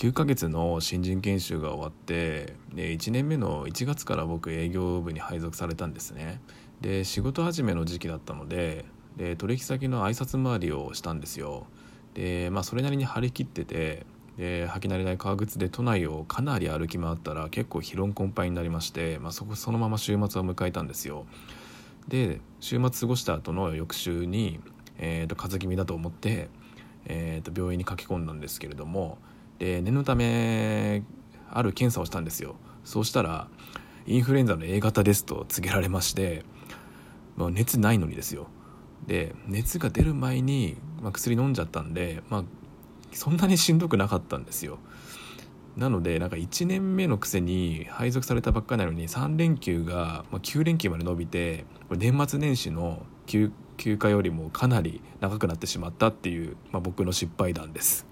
9ヶ月の新人研修が終わって、で1年目の1月から僕営業部に配属されたんですね。で仕事始めの時期だったので、取引先の挨拶回りをしたんですよ。でそれなりに張り切ってて、で履き慣れない革靴で都内をかなり歩き回ったら結構疲労困憊になりまして、そのまま週末を迎えたんですよ。で週末過ごした後の翌週に、風邪気味だと思って、病院に駆け込んだんですけれども、で念のためある検査をしたんですよ。そうしたらインフルエンザの A 型ですと告げられまして、熱ないのにですよ。で熱が出る前に、薬飲んじゃったんで、そんなにしんどくなかったんですよ。なので1年目のくせに配属されたばっかりなのに3連休が9連休まで伸びて、年末年始の休暇よりもかなり長くなってしまったっていう、僕の失敗談です。